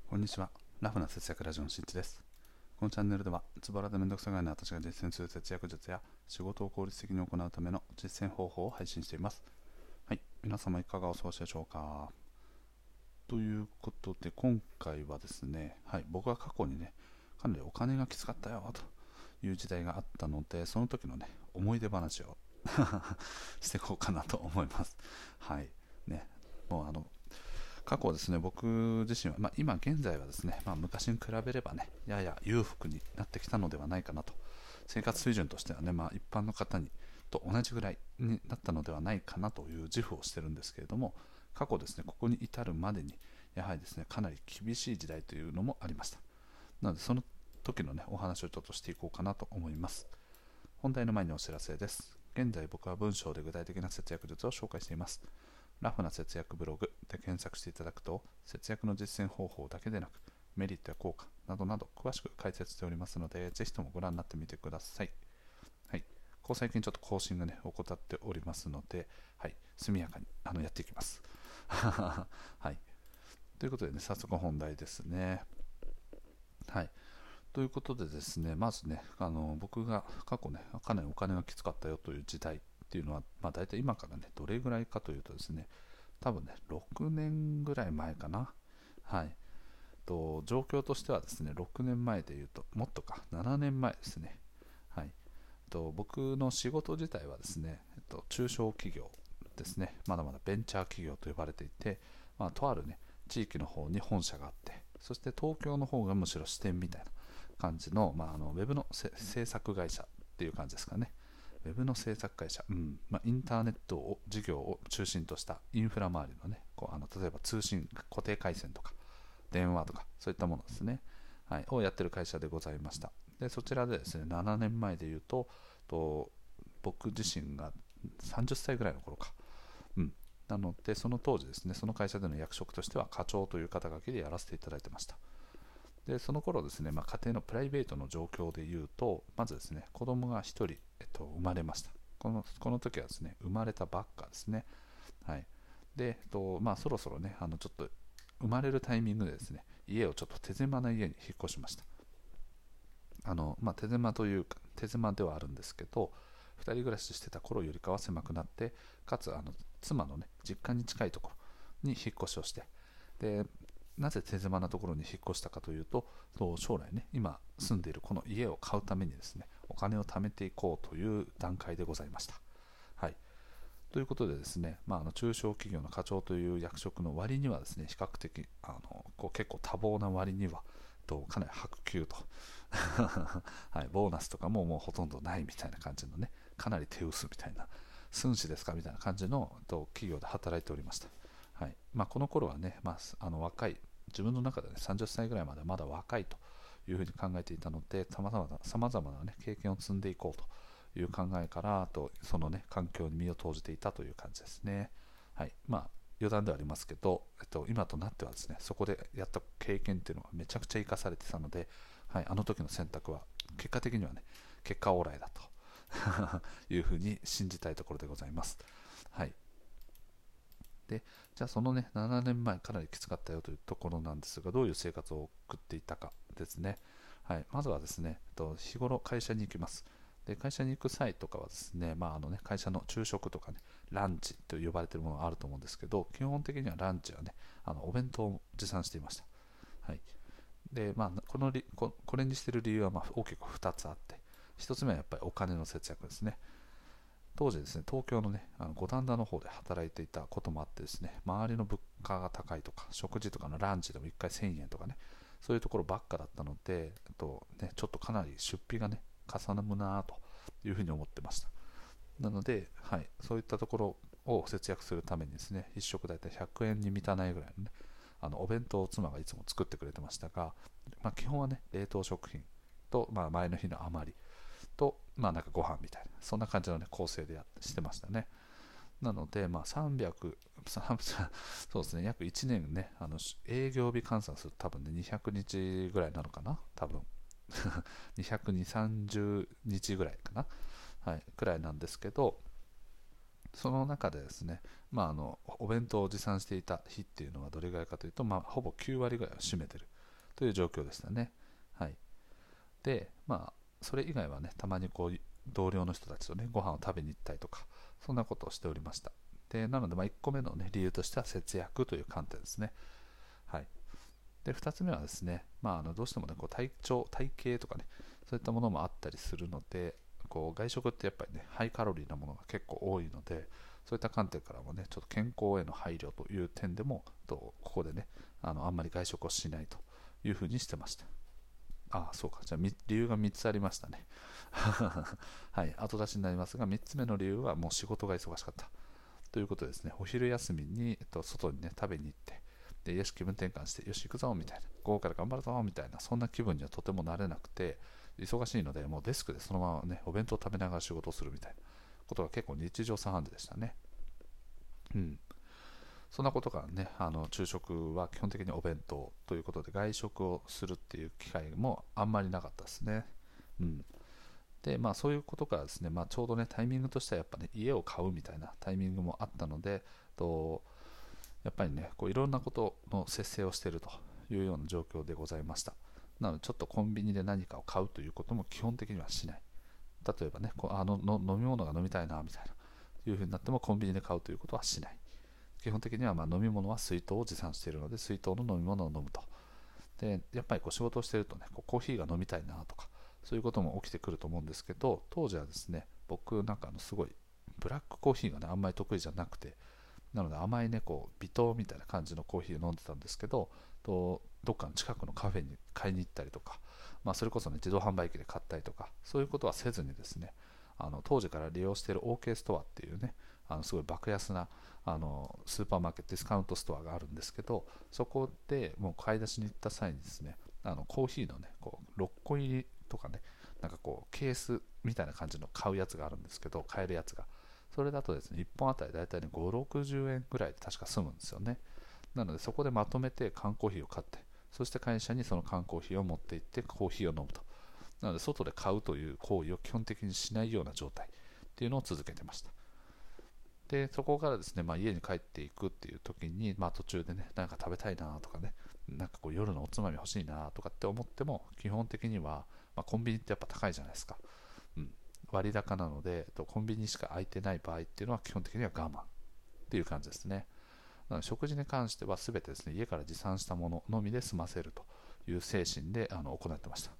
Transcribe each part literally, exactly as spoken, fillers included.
こんにちは。ラフな節約ラジオのしんちです。このチャンネルでは、ズボラでめんどくさがいの私が実践する節約術や仕事を効率的に行うための実践方法を配信しています。はい。皆様いかがお過ごしでしょうか。ということで、今回はですね、はい、僕は過去にね、かなりお金がきつかったよという時代があったので、その時のね、思い出話をしていこうかなと思います。はい。ね、もうあの、過去ですね、僕自身は、まあ、今現在はですね、まあ、昔に比べればね、やや裕福になってきたのではないかなと、生活水準としてはね、まあ、一般の方にと同じぐらいになったのではないかなという自負をしてるんですけれども、過去ですね、ここに至るまでに、やはりですね、かなり厳しい時代というのもありました。なので、その時のね、お話をちょっとしていこうかなと思います。本題の前にお知らせです。現在僕は文章で具体的な節約術を紹介しています。ラフな節約ブログで検索していただくと、節約の実践方法だけでなく、メリットや効果などなど詳しく解説しておりますので、ぜひともご覧になってみてください。はい。こう最近ちょっと更新がね、怠っておりますので、はい、速やかにあのやっていきます。はい。ということでね、早速本題ですね。はい。ということでですね、まずね、あの僕が過去ね、かなりお金がきつかったよという時代っていうのは、まあ、大体今からね、どれぐらいかというとですね、多分ね、ろくねんぐらい前かな。はい。と状況としてはですね、ろくねんまえでいうと、もっとか、ななねんまえですね。はい。と僕の仕事自体はですね、えっと、中小企業ですね、まだまだベンチャー企業と呼ばれていて、まあ、とあるね、地域の方に本社があって、そして東京の方がむしろ支店みたいな感じの、まあ、あのウェブの制作会社っていう感じですかね。ウェブの制作会社、うんまあ、インターネットを事業を中心としたインフラ周りのね、こうあの例えば通信、固定回線とか電話とかそういったものですね、はい、をやってる会社でございました。でそちらでですね、ななねんまえでいうと、と僕自身がさんじゅっさいぐらいの頃か、うん、なのでその当時ですね、その会社での役職としては課長という肩書きでやらせていただいてました。でその頃ですね、まあ、家庭のプライベートの状況でいうと、まずですね、子供がひとり、えっと、生まれました。このこの時はですね、生まれたばっかですね。はい。で、えっとまあ、そろそろね、あのちょっと生まれるタイミングでですね、家をちょっと手狭な家に引っ越しました。あの、まあ、手狭というか、手狭ではあるんですけど、ふたり暮らししてた頃よりかは狭くなって、かつあの妻のね、実家に近いところに引っ越しをして、でなぜ手狭なところに引っ越したかというと、将来ね、今住んでいるこの家を買うためにですね、お金を貯めていこうという段階でございました。はい。ということでですね、まあ、あの中小企業の課長という役職の割にはですね、比較的あのこう結構多忙な割にはとかなり薄給とはい、ボーナスとかももうほとんどないみたいな感じのね、かなり手薄みたいな、寸志ですかみたいな感じのと企業で働いておりました。はいまあ、この頃はね、まあ、あの若い、自分の中で、ね、さんじゅっさいぐらいまではまだ若いというふうに考えていたので、さまざまな様々な、ね、経験を積んでいこうという考えから、あとその、ね、環境に身を投じていたという感じですね。はいまあ、余談ではありますけど、えっと、今となってはですね、そこでやった経験っていうのがめちゃくちゃ生かされてたので、はい、あの時の選択は結果的にはね、結果オーライだというふうに信じたいところでございます。はい。で、じゃあそのね、ななねんまえかなりきつかったよというところなんですが、どういう生活を送っていたかですね。はい、まずはですね、日頃会社に行きます。で会社に行く際とかはですね、まああのね、会社の昼食とかね、ランチと呼ばれているものがあると思うんですけど、基本的にはランチはね、あのお弁当を持参していました。はい。で、まあ、このりここれにしている理由はまあ大きくふたつあって、ひとつめはやっぱりお金の節約ですね。当時ですね、東京のね、あの五反田の方で働いていたこともあってですね、周りの物価が高いとか、食事とかのランチでもいっかいせんえんとかね、そういうところばっかだったので、とね、ちょっとかなり出費がね、かさむなというふうに思ってました。なので、はい、そういったところを節約するためにですね、いっ食大体ひゃくえんに満たないぐらいのね、あのお弁当を妻がいつも作ってくれてましたが、まあ、基本はね、冷凍食品と、まあ、前の日の余りと、まあ、なんかご飯みたいな、そんな感じの、ね、構成でやしてましたね。なので、まあ、さんびゃく、そうですね、約いちねんね、あの営業日換算すると多分ね、にひゃくにちぐらいなのかな、多分にひゃくにじゅう、さんじゅうにちぐらいかな、はい、くらいなんですけど、その中でですね、まあ、あのお弁当を持参していた日っていうのはどれぐらいかというと、まあ、ほぼきゅう割ぐらいを占めてる。 という状況でしたね。はい、で、まあ、それ以外はね、たまにこう同僚の人たちとね、ご飯を食べに行ったりとか、そんなことをしておりました。でなので、まあ、いっこめの、ね、理由としては節約という観点ですね。はい、でふたつめはですね、まあ、あのどうしても、ね、こう体調、体型とかね、そういったものもあったりするので、こう外食ってやっぱりね、ハイカロリーなものが結構多いので、そういった観点からもね、ちょっと健康への配慮という点でも、とここでね、あのあんまり外食をしないというふうにしてました。ああ、そうか。じゃあ、理由がみっつありましたね。はい、後出しになりますが、みっつめの理由はもう仕事が忙しかったということですね。お昼休みに、えっと、外にね、食べに行って、で、よし、気分転換して、よし、行くぞ、みたいな、午後から頑張るぞ、みたいな、そんな気分にはとてもなれなくて、忙しいので、もうデスクでそのままね、お弁当を食べながら仕事をするみたいなことが結構日常茶飯事でしたね。うん。そんなことからね、あの昼食は基本的にお弁当ということで、外食をするっていう機会もあんまりなかったですね。うん。で、まあそういうことからですね、まあ、ちょうどね、タイミングとしてはやっぱね、家を買うみたいなタイミングもあったので、とやっぱりね、こういろんなことの節制をしているというような状況でございました。なので、ちょっとコンビニで何かを買うということも基本的にはしない。例えばね、こうあのの飲み物が飲みたいなみたいな、いうふうになってもコンビニで買うということはしない。基本的にはまあ飲み物は水筒を持参しているので、水筒の飲み物を飲むと。で、やっぱりこう仕事をしているとね、こうコーヒーが飲みたいなとか、そういうことも起きてくると思うんですけど、当時はですね、僕なんかあのすごいブラックコーヒーがね、あんまり得意じゃなくて、なので甘いね、こう微糖みたいな感じのコーヒーを飲んでたんですけど、とどっかの近くのカフェに買いに行ったりとか、まあ、それこそね、自動販売機で買ったりとか、そういうことはせずにですね、あの当時から利用している OK ストアっていうね、あのすごい爆安なあのスーパーマーケット、ディスカウントストアがあるんですけど、そこでもう買い出しに行った際にですね、あのコーヒーのね、こうろっこ入りとかね、なんかこうケースみたいな感じの買うやつがあるんですけど、買えるやつが、それだとですね、いっぽんあたりだいたいね、ご、ろくじゅうえんぐらいで確か済むんですよね。なので、そこでまとめて缶コーヒーを買って、そして会社にその缶コーヒーを持って行ってコーヒーを飲むと。なので、外で買うという行為を基本的にしないような状態っていうのを続けてました。で、そこからですね、まあ、家に帰っていくっていう時に、まあ、途中でね、なんか食べたいなとかね、なんかこう夜のおつまみ欲しいなとかって思っても、基本的には、まあ、コンビニってやっぱ高いじゃないですか。うん、割高なので、コンビニしか空いてない場合っていうのは基本的には我慢っていう感じですね。なので食事に関しては全てですね、家から持参したもののみで済ませるという精神であの行ってました。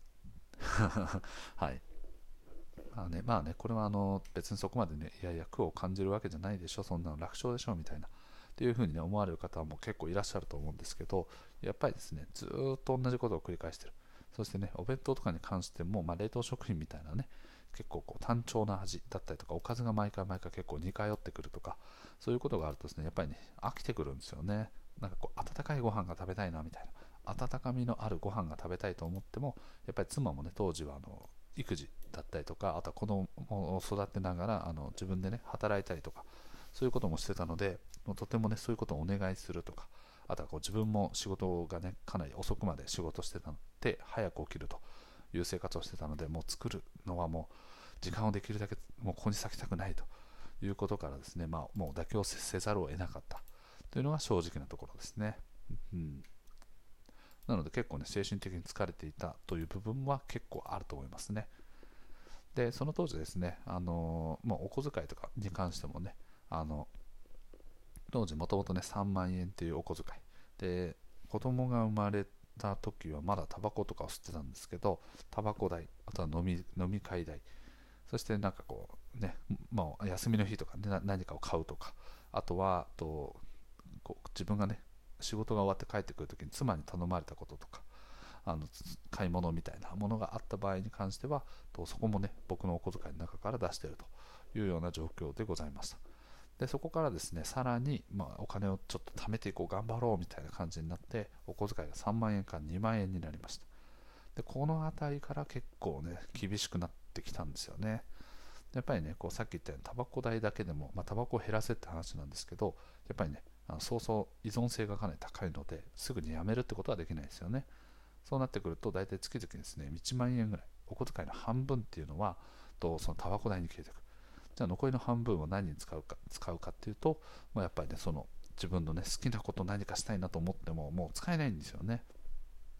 はい。まあね、まあね、これはあの別にそこまでね、いやいや苦を感じるわけじゃないでしょ、そんなの楽勝でしょみたいなっていうふうに、ね、思われる方も結構いらっしゃると思うんですけど、やっぱりですね、ずっと同じことを繰り返してる。そしてね、お弁当とかに関しても、まあ、冷凍食品みたいなね、結構こう単調な味だったりとか、おかずが毎回毎回結構似通ってくるとか、そういうことがあるとですね、やっぱりね、飽きてくるんですよね。なんかこう、温かいご飯が食べたいなみたいな、温かみのあるご飯が食べたいと思っても、やっぱり妻もね、当時はあの育児だったりとか、あとは子供を育てながらあの自分でね、働いたりとか、そういうこともしてたので、もうとてもね、そういうことをお願いするとか、あとはこう自分も仕事がね、かなり遅くまで仕事してたので、早く起きるという生活をしてたので、もう作るのはもう、時間をできるだけもうここに割きたくないということからですね、まあ、もう妥協せざるを得なかったというのが正直なところですね。うん、なので結構ね、精神的に疲れていたという部分は結構あると思いますね。で、その当時ですね、あのー、もうお小遣いとかに関してもね、あの当時もともとねさんまんえんというお小遣いで、子供が生まれた時はまだタバコとかを吸ってたんですけど、タバコ代、あとは飲み飲み会代、そしてなんかこうね、まあ、休みの日とか、ね、何かを買うとか、あとはとこう自分がね仕事が終わって帰ってくるときに妻に頼まれたこととか、あの買い物みたいなものがあった場合に関しては、とそこもね僕のお小遣いの中から出しているというような状況でございました。でそこからですね、さらに、まあ、お金をちょっと貯めていこう、頑張ろうみたいな感じになって、お小遣いがさんまんえんからにまんえんになりました。でこの辺りから結構ね厳しくなってきたんですよね。やっぱりね、こうさっき言ったようにタバコ代だけでも、まあ、タバコを減らせって話なんですけど、やっぱりね、あのそうそう依存性がかなり高いので、すぐにやめるってことはできないですよね。そうなってくると、大体月々ですね、いちまんえんぐらい、お小遣いの半分っていうのは、とそのタバコ代に消えていく。じゃあ残りの半分を何に使うか、使うかっていうと、まあ、やっぱりね、その自分のね、好きなこと何かしたいなと思っても、もう使えないんですよね。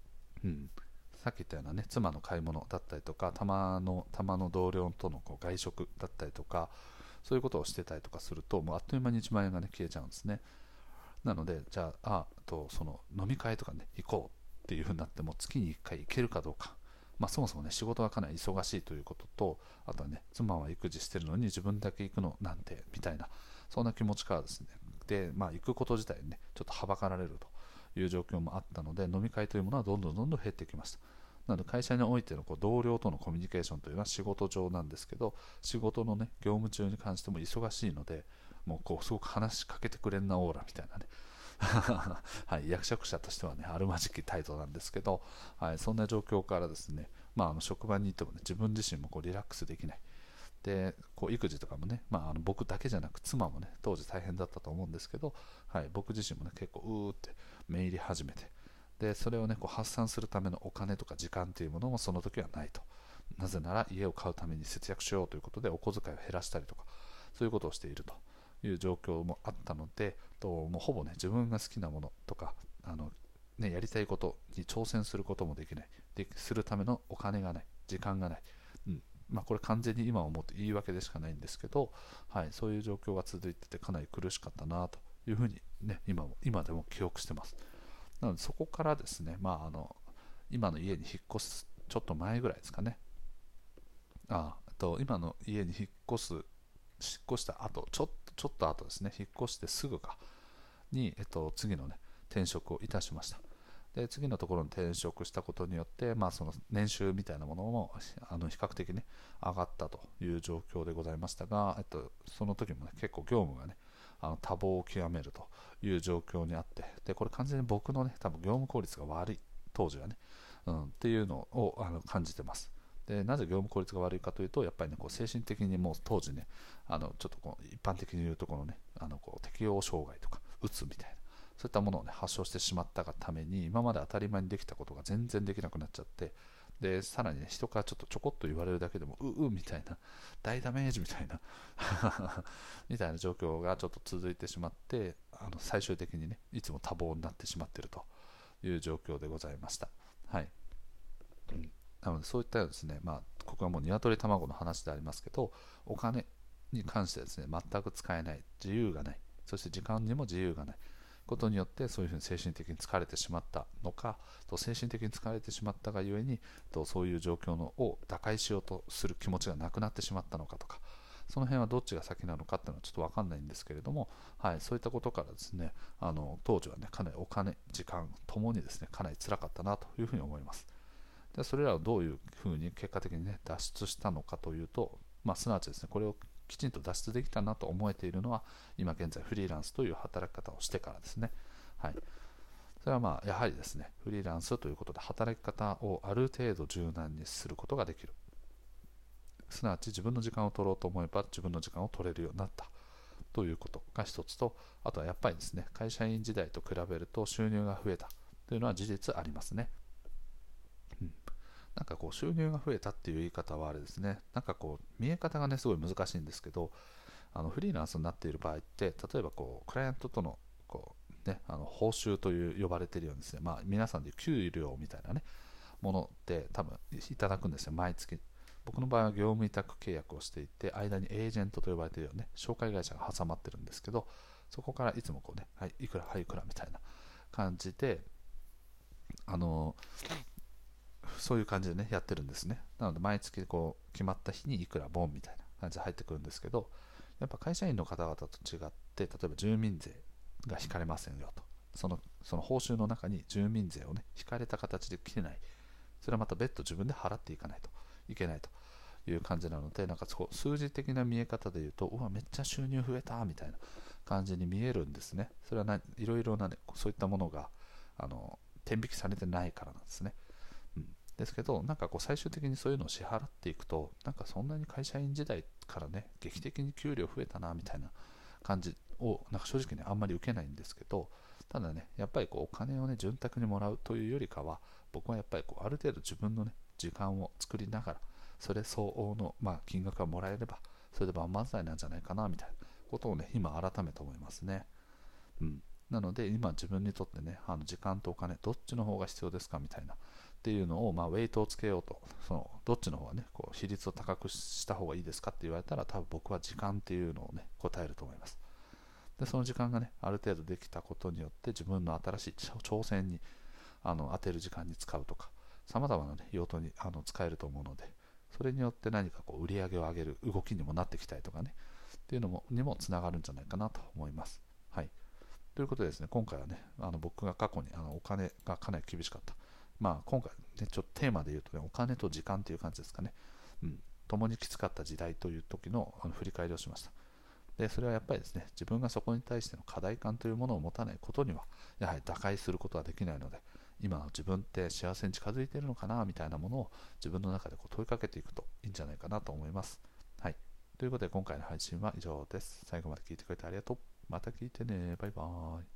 うん、さっき言ったようなね、妻の買い物だったりとか、たまのたまの同僚とのこう外食だったりとか、そういうことをしてたりとかすると、もうあっという間にいちまん円がね消えちゃうんですね。なので、じゃあ、あとその飲み会とかね行こうっていう風になっても月にいっかい行けるかどうか、まあ、そもそもね仕事がかなり忙しいということと、あとはね妻は育児してるのに自分だけ行くのなんてみたいな、そんな気持ちからですね、で、まあ、行くこと自体にねちょっとはばかられるという状況もあったので、飲み会というものはどんどんどんどん減ってきました。なので会社においてのこう同僚とのコミュニケーションというのは仕事上なんですけど、仕事のね業務中に関しても忙しいので、もうこうすごく話しかけてくれんなオーラみたいなねはい、役職者としてはねあるまじき態度なんですけど、はい、そんな状況からですね、まあ、あの職場にいてもね自分自身もこうリラックスできない。でこう育児とかもね、まあ、あの僕だけじゃなく妻もね当時大変だったと思うんですけど、はい、僕自身もね結構うーってめいり始めて、でそれをねこう発散するためのお金とか時間というものもその時はないと。なぜなら家を買うために節約しようということでお小遣いを減らしたりとか、そういうことをしているという状況もあったので、ともうほぼね自分が好きなものとか、あの、ね、やりたいことに挑戦することもできない、でするためのお金がない、時間がない、うんまあ、これ完全に今思うと言い訳でしかないんですけど、はい、そういう状況が続いててかなり苦しかったなというふうに、ね、今も今でも記憶してます。なのでそこからですね、まあ、あの今の家に引っ越すちょっと前ぐらいですかね、ああと今の家に引っ越す引っ越した後ちょっとちょっと後ですね、引っ越してすぐかに、えっと、次のね転職をいたしました。で次のところに転職したことによって、まあ、その年収みたいなものもあの比較的ね上がったという状況でございましたが、えっと、その時もね結構業務がねあの多忙を極めるという状況にあって、でこれ完全に僕のね多分業務効率が悪い当時はね、うん、っていうのをあの感じてます。でなぜ業務効率が悪いかというと、やっぱりねこう精神的にもう当時ねあのちょっとこう一般的に言うところのねあのこう適応障害とかうつみたいな、そういったものを、ね、発症してしまったがために、今まで当たり前にできたことが全然できなくなっちゃって、でさらに、ね、人からちょっとちょこっと言われるだけでもううみたいな、大ダメージみたいなみたいな状況がちょっと続いてしまって、あの最終的にねいつも多忙になってしまっているという状況でございました。はい、うん、なのでそういったですね、まあ、ここはもう鶏卵の話でありますけど、お金に関してですね全く使えない、自由がない、そして時間にも自由がないことによって、そういうふうに精神的に疲れてしまったのかと、精神的に疲れてしまったがゆえにとそういう状況のを打開しようとする気持ちがなくなってしまったのかとか、その辺はどっちが先なのかっていうのはちょっと分かんないんですけれども、はい、そういったことからですね、あの当時はねかなりお金時間ともにですねかなり辛かったなというふうに思います。でそれらをどういうふうに結果的にね脱出したのかというと、まあ、すなわちですねこれをきちんと脱出できたなと思えているのは、今現在フリーランスという働き方をしてからですね。はい、それはまあやはりですねフリーランスということで働き方をある程度柔軟にすることができる、すなわち自分の時間を取ろうと思えば自分の時間を取れるようになったということが一つと、あとはやっぱりですね会社員時代と比べると収入が増えたというのは事実ありますね。うん、なんかこう収入が増えたっていう言い方はあれですね、なんかこう見え方がねすごい難しいんですけど、あのフリーランスになっている場合って、例えばこうクライアントとのこう、ね、あの報酬という呼ばれているようにですね、まあ、皆さんで給料みたいなねものって多分いただくんですよ、毎月。僕の場合は業務委託契約をしていて、間にエージェントと呼ばれているようなね紹介会社が挟まってるんですけど、そこからいつもこうね、はい、いくらはいいくらみたいな感じで、あのそういう感じでねやってるんですね。なので毎月こう決まった日にいくらボンみたいな感じで入ってくるんですけど、やっぱ会社員の方々と違って、例えば住民税が引かれませんよと、そのその報酬の中に住民税をね引かれた形で来てない、それはまた別途自分で払っていかないといけないという感じなので、なんかこう数字的な見え方で言うと、うわめっちゃ収入増えたみたいな感じに見えるんですね。それはないろいろな、ね、そういったものがあの天引きされてないからなんですね。うん、ですけど、なんかこう最終的にそういうのを支払っていくと、なんかそんなに会社員時代からね劇的に給料増えたなみたいな感じをなんか正直ねあんまり受けないんですけど、ただねやっぱりこうお金をね潤沢にもらうというよりかは、僕はやっぱりこうある程度自分のね時間を作りながら、それ相応の、まあ、金額がもらえればそれで万々歳なんじゃないかなみたいなことをね今改めて思いますね。うん、なので今自分にとってねあの時間とお金どっちの方が必要ですかみたいなっっていうのを、まあ、ウェイトをつけようと、そのどっちの方がね、こう比率を高くした方がいいですかって言われたら、多分僕は時間っていうのをね、答えると思います。で、その時間がね、ある程度できたことによって、自分の新しい挑戦にあの当てる時間に使うとか、さまざまな、ね、用途にあの使えると思うので、それによって何かこう売り上げを上げる動きにもなってきたりとかね、っていうのもにもつながるんじゃないかなと思います。はい。ということでですね、今回はね、あの僕が過去にあのお金がかなり厳しかった。まあ今回ね、ちょっとテーマで言うとね、お金と時間という感じですかね。うん。共にきつかった時代という時のあの振り返りをしました。で、それはやっぱりですね、自分がそこに対しての課題感というものを持たないことには、やはり打開することはできないので、今の自分って幸せに近づいているのかなみたいなものを自分の中でこう問いかけていくといいんじゃないかなと思います。はい。ということで今回の配信は以上です。最後まで聞いてくれてありがとう。また聞いてね。バイバーイ。